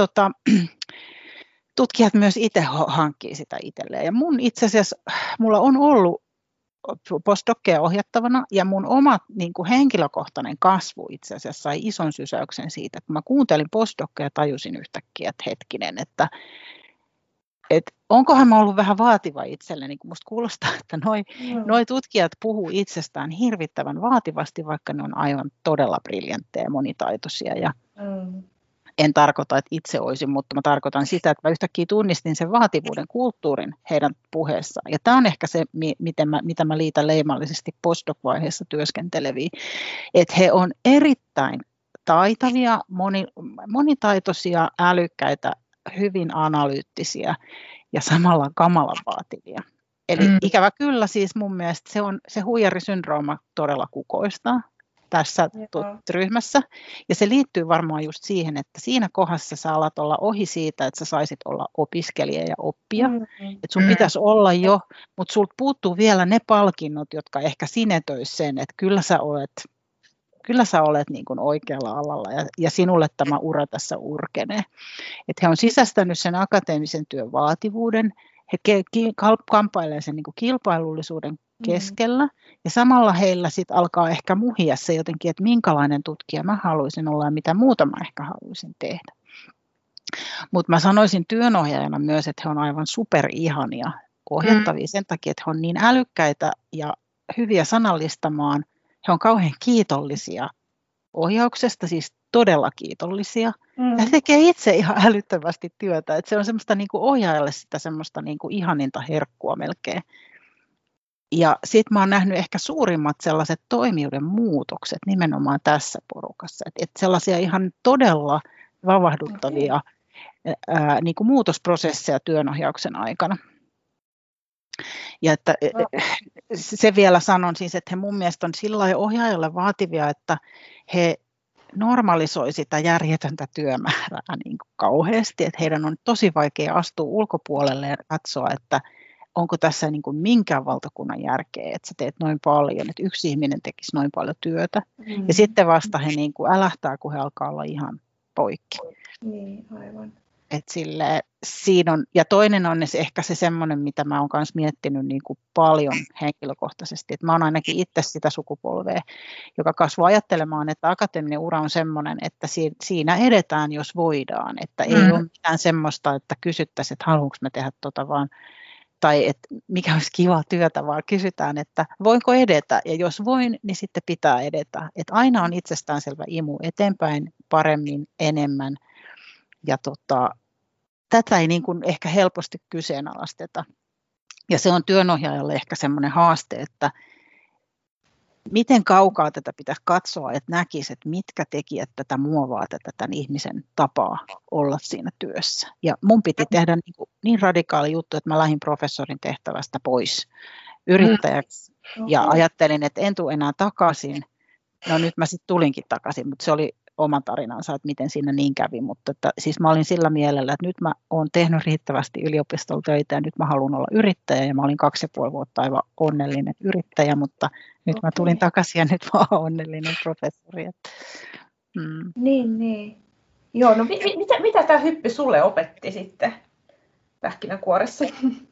tutkijat myös itse hankkii sitä itselleen. Ja itse asiassa mulla on ollut postdockeja ohjattavana, ja mun oma niin kuin henkilökohtainen kasvu itse asiassa sai ison sysäyksen siitä, kun mä kuuntelin postdockeja ja tajusin yhtäkkiä, että hetkinen, että onkohan mä ollut vähän vaativa itselleni, kun musta kuulostaa, että noi tutkijat puhuu itsestään hirvittävän vaativasti, vaikka ne on aivan todella briljantteja ja monitaitoisia. Ja en tarkoita, että itse olisin, mutta mä tarkoitan sitä, että mä yhtäkkiä tunnistin sen vaativuuden kulttuurin heidän puheessaan. Ja tämä on ehkä se, mitä mä liitän leimallisesti postdoc-vaiheessa työskenteleviin, että he on erittäin taitavia, monitaitoisia, älykkäitä, hyvin analyyttisiä ja samalla kamalan vaativia. Eli ikävä kyllä siis mun mielestä se huijarisyndrooma todella kukoistaa tässä ryhmässä. Ja se liittyy varmaan just siihen, että siinä kohdassa sä alat olla ohi siitä, että sä saisit olla opiskelija ja oppija. Että sun pitäisi olla jo, mutta sulta puuttuu vielä ne palkinnot, jotka ehkä sinetöis sen, että kyllä sä olet niin kuin oikealla alalla ja sinulle tämä ura tässä urkenee. Että he on sisäistänyt sen akateemisen työn vaativuuden, he kamppailevat sen niin kuin kilpailullisuuden keskellä ja samalla heillä sit alkaa ehkä muhia se jotenkin, että minkälainen tutkija mä haluaisin olla ja mitä muuta mä ehkä haluaisin tehdä. Mutta mä sanoisin työnohjaajana myös, että he on aivan superihania ohjattavia sen takia, että he on niin älykkäitä ja hyviä sanallistamaan. He on kauhean kiitollisia ohjauksesta, siis todella kiitollisia. Ja he tekee itse ihan älyttömästi työtä. Että se on semmoista niin kuin ohjaajalle sitä semmoista niin kuin ihaninta herkkua melkein. Ja sitten mä oon nähnyt ehkä suurimmat sellaiset toimijuuden muutokset nimenomaan tässä porukassa. Että sellaisia ihan todella vavahduttavia niin kuin muutosprosesseja työnohjauksen aikana. Ja että se vielä sanon siis, että he mun mielestä on sillä lailla ohjaajalle vaativia, että he normalisoi sitä järjetöntä työmäärää niin kuin kauheasti, että heidän on tosi vaikea astua ulkopuolelle ja katsoa, että onko tässä niin kuin minkään valtakunnan järkeä, että sä teet noin paljon, että yksi ihminen tekisi noin paljon työtä. Ja sitten vasta he niin kuin älähtää, kun he alkaa olla ihan poikki. Niin, aivan. Siinä on, ja toinen on ehkä se semmoinen, mitä mä oon myös miettinyt niin kuin paljon henkilökohtaisesti, että mä oon ainakin itse sitä sukupolvea, joka kasvoi ajattelemaan, että akateeminen ura on semmoinen, että siinä edetään, jos voidaan, että ei ole mitään semmoista, että kysyttäisiin, että haluanko mä tehdä vaan, tai että mikä olisi kivaa työtä, vaan kysytään, että voinko edetä, ja jos voin, niin sitten pitää edetä, että aina on itsestäänselvä imu eteenpäin, paremmin, enemmän, ja tätä ei niin kuin ehkä helposti kyseenalaisteta. Ja se on työnohjaajalle ehkä semmoinen haaste, että miten kaukaa tätä pitäisi katsoa, että näkisi, että mitkä tekijät tätä muovaa tämän ihmisen tapaa olla siinä työssä. Ja mun piti tehdä niin radikaali juttu, että mä lähdin professorin tehtävästä pois yrittäjäksi. Ja ajattelin, että en tule enää takaisin. No nyt mä sitten tulinkin takaisin, mutta se oli oma tarinansa, että miten siinä niin kävi, mutta siis mä olin sillä mielellä, että nyt mä oon tehnyt riittävästi yliopistolla töitä ja nyt mä haluan olla yrittäjä ja mä olin 2,5 vuotta aivan onnellinen yrittäjä, mutta nyt mä tulin takaisin ja nyt mä oon onnellinen professori. Niin. Joo, no mitä tämä hyppy sulle opetti sitten pähkinänkuoressa?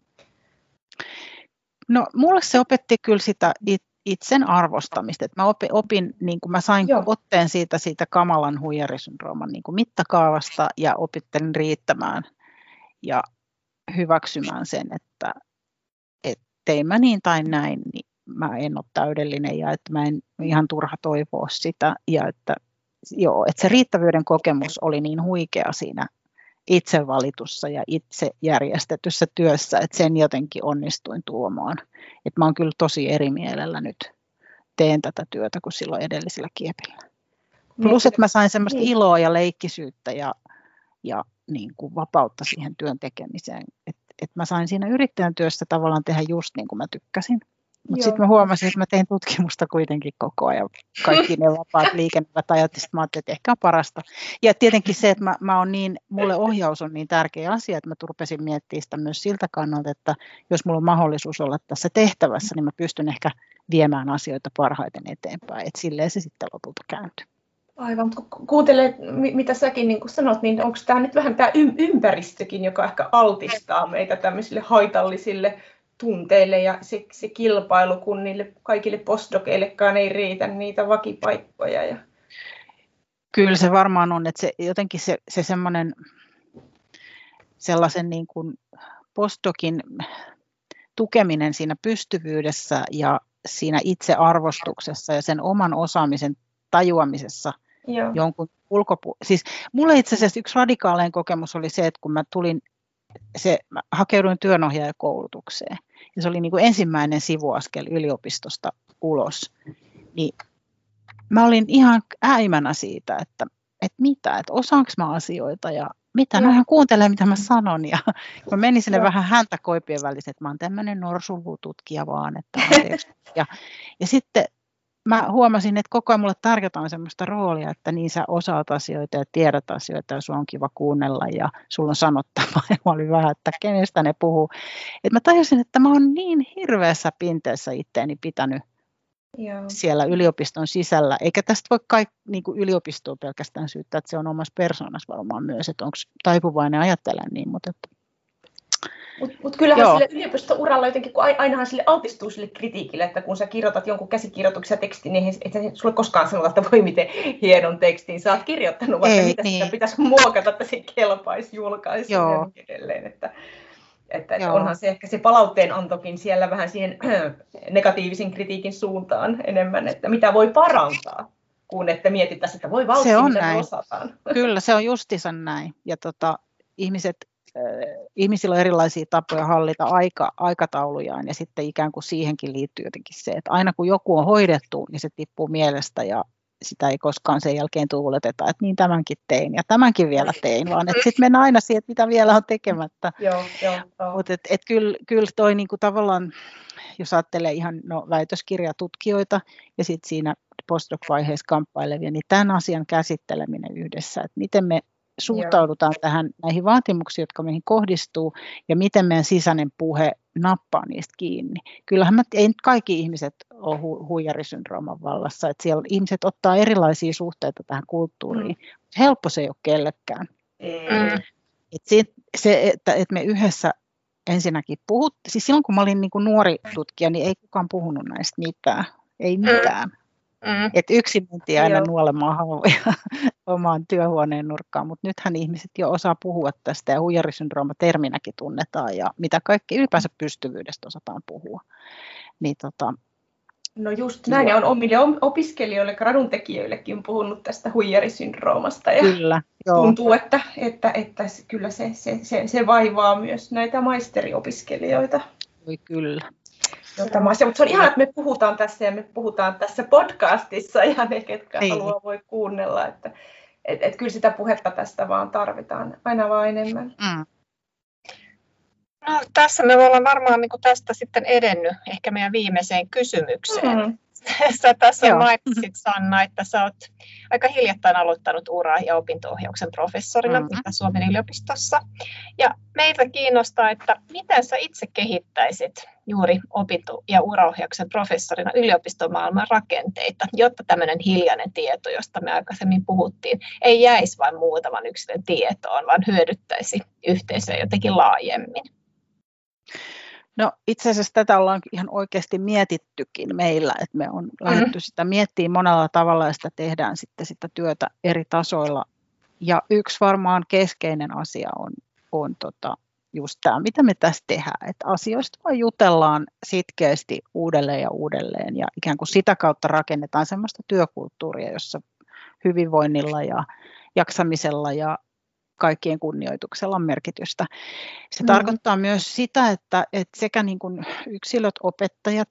No mulle se opetti kyllä sitä itsen arvostamista. Että mä opin, niin kuin mä sain otteen siitä kamalan huijarisyndrooman niin kuin mittakaavasta ja opittelin riittämään ja hyväksymään sen, että tein mä niin tai näin, niin mä en ole täydellinen ja että mä en ihan turha toivoa sitä. Ja että se riittävyyden kokemus oli niin huikea siinä itse valitussa ja itse järjestetyssä työssä, että sen jotenkin onnistuin tuomaan. Että mä oon kyllä tosi eri mielellä nyt teen tätä työtä kuin silloin edellisellä kiepillä. Plus, että mä sain semmoista iloa ja leikkisyyttä ja niin kuin vapautta siihen työn tekemiseen. Että mä sain siinä yrittäjän työssä tavallaan tehdä just niin kuin mä tykkäsin. Mutta sitten mä huomasin, että mä tein tutkimusta kuitenkin koko ajan. Kaikki ne vapaat liikennevät ajat, ja mä ajattelin, että ehkä on parasta. Ja tietenkin se, että mulle ohjaus on niin tärkeä asia, että mä rupesin miettimään sitä myös siltä kannalta, että jos mulla on mahdollisuus olla tässä tehtävässä, niin mä pystyn ehkä viemään asioita parhaiten eteenpäin. Että silleen se sitten lopulta kääntyy. Aivan, mutta kun kuuntelee, mitä säkin niin kuin sanot, niin onko tämä nyt vähän tämä ympäristökin, joka ehkä altistaa meitä tämmöisille haitallisille tunteille ja se kilpailu, kun niille kaikille postdokeillekaan ei riitä niitä vakipaikkoja. Kyllä se varmaan on, että se jotenkin se semmoinen sellaisen niin kuin postdokin tukeminen siinä pystyvyydessä ja siinä itsearvostuksessa ja sen oman osaamisen tajuamisessa jonkun siis mulle itse asiassa yksi radikaalein kokemus oli se, että kun mä hakeuduin työnohjaajakoulutukseen ja se oli niin kuin ensimmäinen sivuaskel yliopistosta ulos, niin mä olin ihan äimänä siitä, että osaanko mä asioita ja mitä, no ihan kuuntelee mitä mä sanon ja mä menin sinne vähän häntä koipien välissä, että mä oon tämmöinen norsunluututkija vaan, ja sitten mä huomasin, että koko ajan mulle tarjotaan semmoista roolia, että niin sä osaat asioita ja tiedät asioita ja sua on kiva kuunnella ja sulla on sanottavaa ja mä olin vähän, että kenestä ne puhuu. Et mä tajusin, että mä oon niin hirveässä pinteessä itteeni pitänyt siellä yliopiston sisällä, eikä tästä voi niin kuin yliopistoa pelkästään syyttää, että se on omassa persoonassa varmaan myös, että onko taipuvainen ajattelemaan niin, mutta Mutta kyllähän sille yliopisto-uralla jotenkin, kun ainahan sille altistuu sille kritiikille, että kun sä kirjoitat jonkun käsikirjoituksen ja tekstin, niin et sulle koskaan sanota, että voi miten hienon tekstin sä oot kirjoittanut, vaikka mitä sitä pitäisi muokata, että se kelpaisi julkaisi ja niin edelleen. Että onhan se ehkä se palautteenantokin siellä vähän siihen negatiivisen kritiikin suuntaan enemmän, että mitä voi parantaa, kun että mietittäisiin, että voi valttia, mitä me osataan. Kyllä, se on justiinsa näin. Ja ihmisillä on erilaisia tapoja hallita aikataulujaan ja sitten ikään kuin siihenkin liittyy jotenkin se, että aina kun joku on hoidettu, niin se tippuu mielestä ja sitä ei koskaan sen jälkeen tuuleteta, että niin tämänkin tein ja tämänkin vielä tein, vaan että sitten mennään aina siihen, mitä vielä on tekemättä. Mutta kyllä toi niinku tavallaan, jos ajattelee ihan väitöskirjatutkijoita ja sitten siinä postdoc-vaiheessa kamppailevia, niin tämän asian käsitteleminen yhdessä, että miten me suhtaudutaan näihin vaatimuksiin, jotka meihin kohdistuu, ja miten meidän sisäinen puhe nappaa niistä kiinni. Kyllähän ei nyt kaikki ihmiset ole huijarisyndrooman vallassa, että siellä ihmiset ottaa erilaisia suhteita tähän kulttuuriin. Helppo se ei ole kellekään. Että me yhdessä ensinnäkin siis silloin kun mä olin niin kuin nuori tutkija, niin ei kukaan puhunut näistä mitään. Ei mitään. Että yksin mentiin aina nuolemaan haavoja omaan työhuoneen nurkkaan, mutta nythän ihmiset jo osaa puhua tästä ja huijarisyndrooma terminäkin tunnetaan ja mitä kaikki ylipäänsä pystyvyydestä osataan puhua. Niin, no just näin, ja on omille opiskelijoille, graduntekijöillekin on puhunut tästä huijarisyndroomasta ja kyllä, tuntuu, että kyllä se vaivaa myös näitä maisteriopiskelijoita. Voi kyllä. Mutta se on ihan, että me puhutaan tässä ja me puhutaan tässä podcastissa ja ne, ketkä haluaa, voi kuunnella, että kyllä sitä puhetta tästä vaan tarvitaan aina vaan enemmän. No, tässä me ollaan varmaan niin kuin tästä sitten edennyt ehkä meidän viimeiseen kysymykseen. Sä tässä mainitsit, Sanna, että sä oot aika hiljattain aloittanut ura- ja opinto-ohjauksen professorina Itä-Suomen yliopistossa. Ja meitä kiinnostaa, että miten sä itse kehittäisit juuri opinto- ja uraohjauksen professorina yliopistomaailman rakenteita, jotta tämmöinen hiljainen tieto, josta me aikaisemmin puhuttiin, ei jäisi vain muutaman yksilön tietoon, vaan hyödyttäisi yhteisöä jotenkin laajemmin. No itse asiassa tätä ollaan ihan oikeasti mietittykin meillä, että me on lähdetty sitä miettimään monella tavalla ja sitä tehdään sitten sitä työtä eri tasoilla. Ja yksi varmaan keskeinen asia on just tämä, mitä me tässä tehdään, että asioista vaan jutellaan sitkeästi uudelleen ja uudelleen ja ikään kuin sitä kautta rakennetaan sellaista työkulttuuria, jossa hyvinvoinnilla ja jaksamisella ja kaikkien kunnioituksella on merkitystä. Se tarkoittaa myös sitä, että sekä niin kuin yksilöt, opettajat,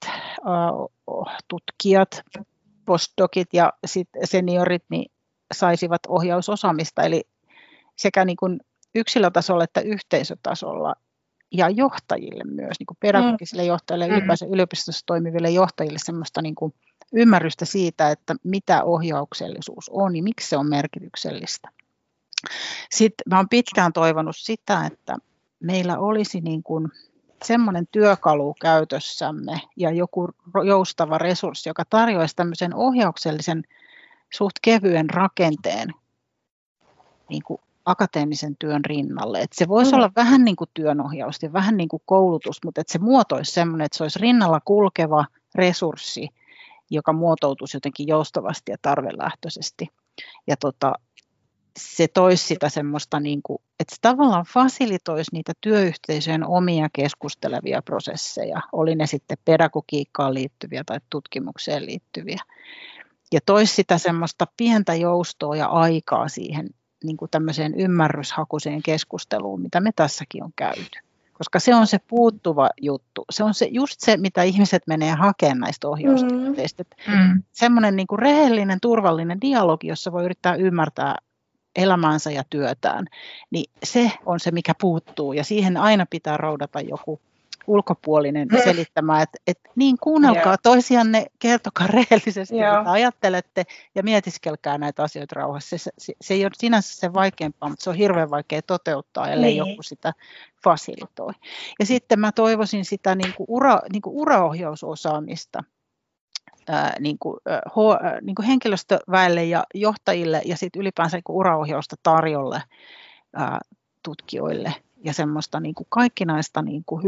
tutkijat, postdocit ja seniorit niin saisivat ohjausosaamista, eli sekä niin kuin yksilötasolla että yhteisötasolla ja johtajille myös, niin kuin pedagogisille johtajille ja ylipäänsä yliopistossa toimiville johtajille semmoista niin kuin ymmärrystä siitä, että mitä ohjauksellisuus on ja miksi se on merkityksellistä. Sitten mä oon pitkään toivonut sitä, että meillä olisi niin kuin semmoinen työkalu käytössämme ja joku joustava resurssi, joka tarjoaisi tämmöisen ohjauksellisen suht kevyen rakenteen niin kuin akateemisen työn rinnalle. Että se voisi olla vähän niin kuin työnohjaus ja vähän niin kuin koulutus, mutta että se muotoisi semmoinen, että se olisi rinnalla kulkeva resurssi, joka muotoutuisi jotenkin joustavasti ja tarvelähtöisesti. Ja se toisi sitä semmoista, niin kuin, että se tavallaan fasilitoisi niitä työyhteisöjen omia keskustelevia prosesseja, oli ne sitten pedagogiikkaan liittyviä tai tutkimukseen liittyviä. Ja toisi sitä semmoista pientä joustoa ja aikaa siihen niin kuin tämmöiseen ymmärryshakuiseen keskusteluun, mitä me tässäkin on käyty. Koska se on se puuttuva juttu. Se on just se, mitä ihmiset menee hakemaan näistä ohjaustilanteista. Semmoinen niin kuin rehellinen, turvallinen dialogi, jossa voi yrittää ymmärtää elämäänsä ja työtään, niin se on se, mikä puuttuu. Ja siihen aina pitää roudata joku ulkopuolinen selittämään, että niin kuunnelkaa toisianne, kertokaa rehellisesti, mitä ajattelette ja mietiskelkää näitä asioita rauhassa. Se ei ole sinänsä se vaikeampaa, mutta se on hirveän vaikea toteuttaa, ellei joku sitä fasilitoi. Ja sitten mä toivoisin sitä niin kuin uraohjausosaamista niin kuin henkilöstöväelle ja johtajille ja sitten ylipäänsä niin kuin uraohjausta tarjolle tutkijoille ja semmoista niin kuin kaikkinaista niin kuin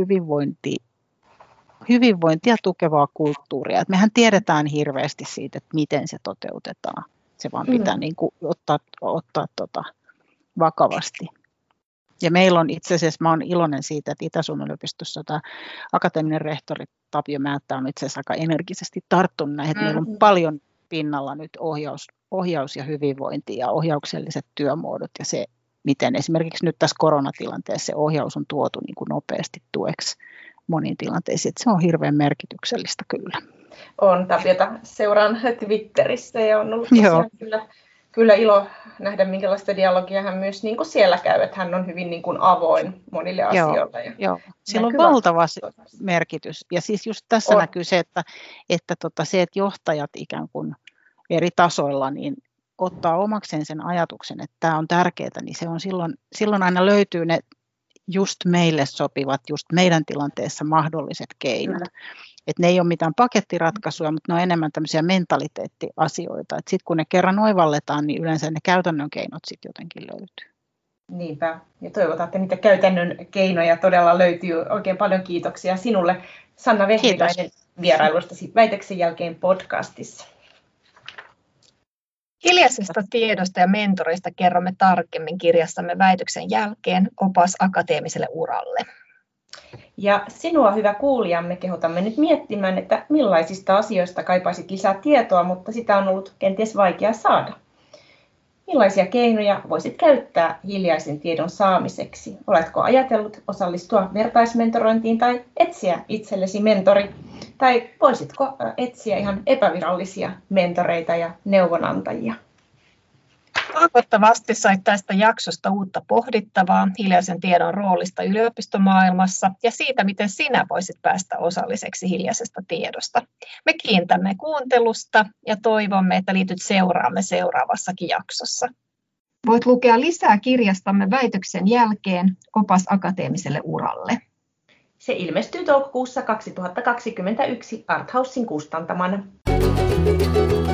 hyvinvointia tukevaa kulttuuria. Et mehän tiedetään hirveästi siitä, että miten se toteutetaan. Se vaan pitää niin kuin ottaa vakavasti. Ja meillä on itse asiassa, mä olen iloinen siitä, että Itä-Suomen yliopistossa tämä akateeminen rehtori Tapio Määttä on itse asiassa aika energisesti tarttunut näihin. Meillä on paljon pinnalla nyt ohjaus ja hyvinvointi ja ohjaukselliset työmuodot ja se, miten esimerkiksi nyt tässä koronatilanteessa se ohjaus on tuotu niin kuin nopeasti tueksi moniin tilanteisiin. Että se on hirveän merkityksellistä kyllä. On Tapiota seuraan Twitterissä ja on ollut kyllä ilo nähdä, minkälaista dialogia hän myös niin kuin siellä käy, että hän on hyvin niin kuin avoin monille asioille. Joo. Sillä on valtava merkitys. Ja siis just tässä näkyy se, että johtajat ikään kuin eri tasoilla niin ottaa omakseen sen ajatuksen, että tämä on tärkeää, niin se on silloin aina löytyy ne just meille sopivat, just meidän tilanteessa mahdolliset keinot. Että ne ei ole mitään pakettiratkaisuja, mutta ne on enemmän tämmöisiä mentaliteettiasioita. Sitten kun ne kerran oivalletaan, niin yleensä ne käytännön keinot sitten jotenkin löytyy. Niinpä. Ja toivotaan, että niitä käytännön keinoja todella löytyy. Oikein paljon kiitoksia sinulle, Sanna Vehviläinen, vierailustasi Väitöksen jälkeen podcastissa. Hiljaisesta tiedosta ja mentoreista kerromme tarkemmin kirjassamme Väitöksen jälkeen, opas akateemiselle uralle. Ja sinua, hyvä kuulijamme, kehotamme nyt miettimään, että millaisista asioista kaipaisit lisää tietoa, mutta sitä on ollut kenties vaikea saada. Millaisia keinoja voisit käyttää hiljaisen tiedon saamiseksi? Oletko ajatellut osallistua vertaismentorointiin tai etsiä itsellesi mentori? Tai voisitko etsiä ihan epävirallisia mentoreita ja neuvonantajia? Toivottavasti sait tästä jaksosta uutta pohdittavaa hiljaisen tiedon roolista yliopistomaailmassa ja siitä, miten sinä voisit päästä osalliseksi hiljaisesta tiedosta. Me kiintämme kuuntelusta ja toivomme, että liityt seuraamme seuraavassakin jaksossa. Voit lukea lisää kirjastamme Väitöksen jälkeen, opas akateemiselle uralle. Se ilmestyy toukokuussa 2021 Arthausin kustantamana.